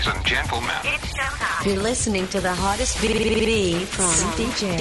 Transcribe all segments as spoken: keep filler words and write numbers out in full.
Ladies and gentlemen, You're listening to the hottest B from DJ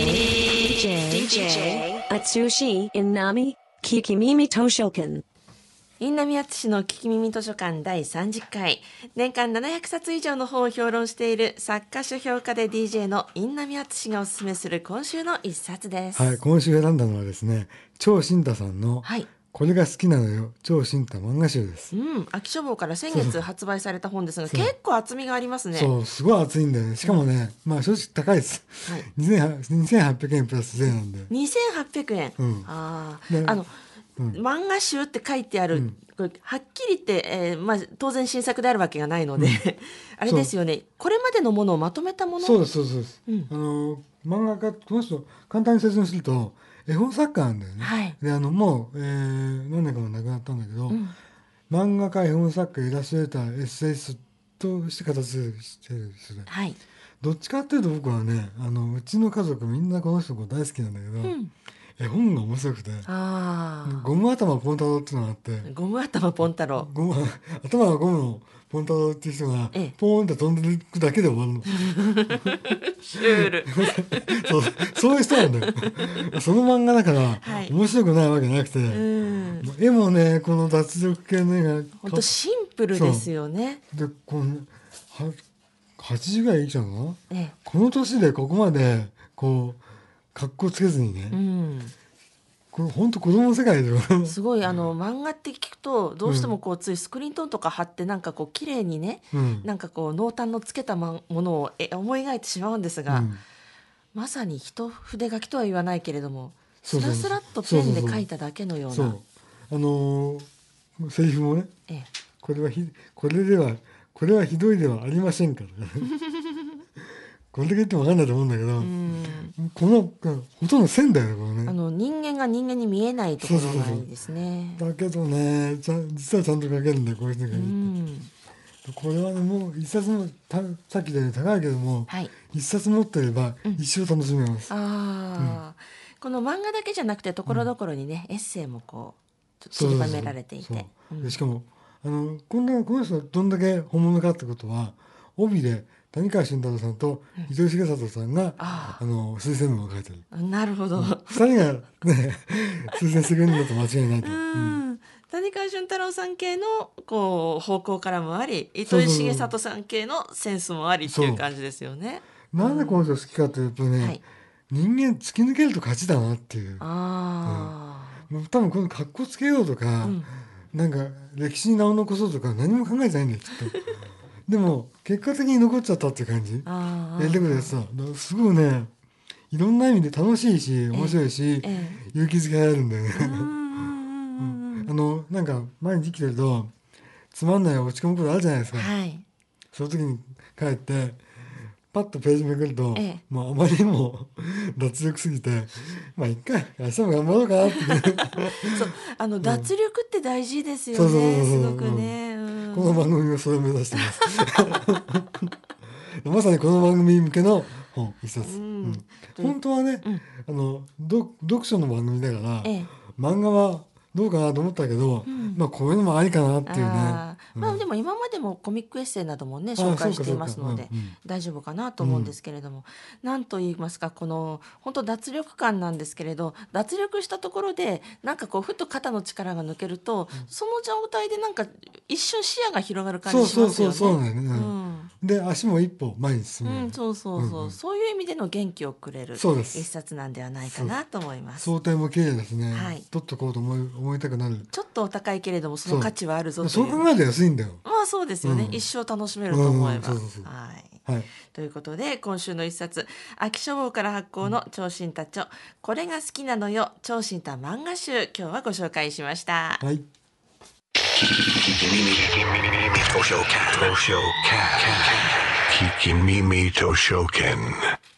DJ DJ Atsushi Inami Kikimimi Toshokan。 印南敦の聞き耳図書館だいさんじゅっかい、年間ななひゃくさつ以上の本を評論している作家書評家で ディージェー の印南敦がおすすめする今週の一冊です。 はい、今週選んだのはですね、張新太さんの、 はい、 これが好きなのよ、張新太漫画集です。 うん、秋書房から先月発売された本ですが、結構厚みがありますね。 そう、すごい厚いんだよね。しかもね、うん、まあ正直高いです。はい、にせんはっぴゃくえんプラス税なんで。 にせんはっぴゃくえん。うん、ああ、あの。うん、漫画集って書いてある、うん、これはっきり言って、えーまあ、当然新作であるわけがないので、うん、あれですよね、これまでのものをまとめたもの。 そうですそうです、うん、あの漫画家この人簡単に説明すると絵本作家なんだよね、はい、であのもう、えー、何年かも亡くなったんだけど、うん、漫画家絵本作家イラストレーターエッセイストとして形してるんですね、はい、どっちかっていうと僕はね、あのうちの家族みんなこの人大好きなんだけど、うん、絵本が面白くて、あゴム頭ポン太郎っていうのがあって、ゴム頭ポン太郎、ゴム頭がゴムのポン太郎っていう人がポーンって飛んでいくだけで終わるの。 シュールそう、そういう人なんだよ。その漫画だから、はい、面白くないわけじゃなくて、うん絵もねこの脱力系の絵が本当シンプルですよね。 でこのははちじゅうぐらい生きちゃうの、ええ、この年でここまでこうかっこつけずにね、うん、これ本当子供の世界ですごいあの漫画って聞くとどうしてもこうついスクリーントーンとか貼ってなんかこう綺麗にね、うん、なんかこう濃淡のつけたものをえ思い描いてしまうんですが、うん、まさに一筆書きとは言わないけれどもスラスラっとペンで書いただけのような、そうそうそう、あのー、セリフもね、ええ、これはひこれではこれはひどいではありませんからこれだけ言っても分かんないと思うんだけど、うん、このほとんど線だよね、これね。 あの人間が人間に見えないところがいいですね。 そうそうそう、だけどね、ちゃ実はちゃんと書けるんだよ、こういう人がいるって、うん、これはね、もう一冊もたさっきで高いけども、はい、一冊持ってれば一生楽しめます、うん、 あ、うん、この漫画だけじゃなくてところどころにね、うん、エッセイもこう散りばめられていて、そうそうそう、 でしかもあのこんなこの人どんだけ本物かってことは帯で谷川俊太郎さんと糸井重里さんが、うん、ああの推薦文を書いてる。 なるほど。 ふたりが、ね、推薦してくれるんだと間違いないと。うん、 谷川俊太郎さん系のこう方向からもあり、糸井重里さん系のセンスもありっていう感じですよね。 なんでこの人好きかというとね、うんはい、人間突き抜けると勝ちだなっていう。あ、うん、多分この格好つけようとか、うん、なんか歴史に名を残そうとか何も考えてないんだよきっと。でも結果的に残っちゃったっていう感じ。あやりたくてさ、すごいね、いろんな意味で楽しいし面白いし、ええ、勇気づけられるんだよね。うん、あのなんか毎日生きてるとつまんない落ち込むことあるじゃないですか、はい、その時に帰ってパッとページめくると、ええ、もうあまりにも脱力すぎてまあ一回明日も頑張ろうかなってそう、あの脱力って大事ですよね、すごくね、うん、 この番組はそれを目指してますまさにこの番組向けの本一冊、うんうん、本当はね、うん、あの読書の番組だから、ええ、漫画はどうかなと思ったけど、うん、まあこういうのもありかなっていうね。あ、 うん、まあでも今までもコミックエッセイなどもね紹介していますので、うんうん、大丈夫かなと思うんですけれども、うん、なんと言いますか、この本当脱力感なんですけれど、脱力したところでなんかこうふっと肩の力が抜けると、うん、その状態でなんか一瞬視野が広がる感じしますよね。 そうそうそうそうだよね。うん、で足も一歩前に進む、 うん、そうそうそう、うんうん、そういう意味での元気をくれる一冊なんではないかなと思います。 想定も綺麗ですね、はい、取っとこうと思い思いたくなる。 ちょっとお高いけれどもその価値はあるぞという。 そう考えると安いんだよ。 まあそうですよね、うん、一生楽しめると思います。はい、ということで今週の一冊、秋書房から発行の張新太著、これが好きなのよ張新太漫画集、今日はご紹介しました。はい。 Kikimimi Toshoken.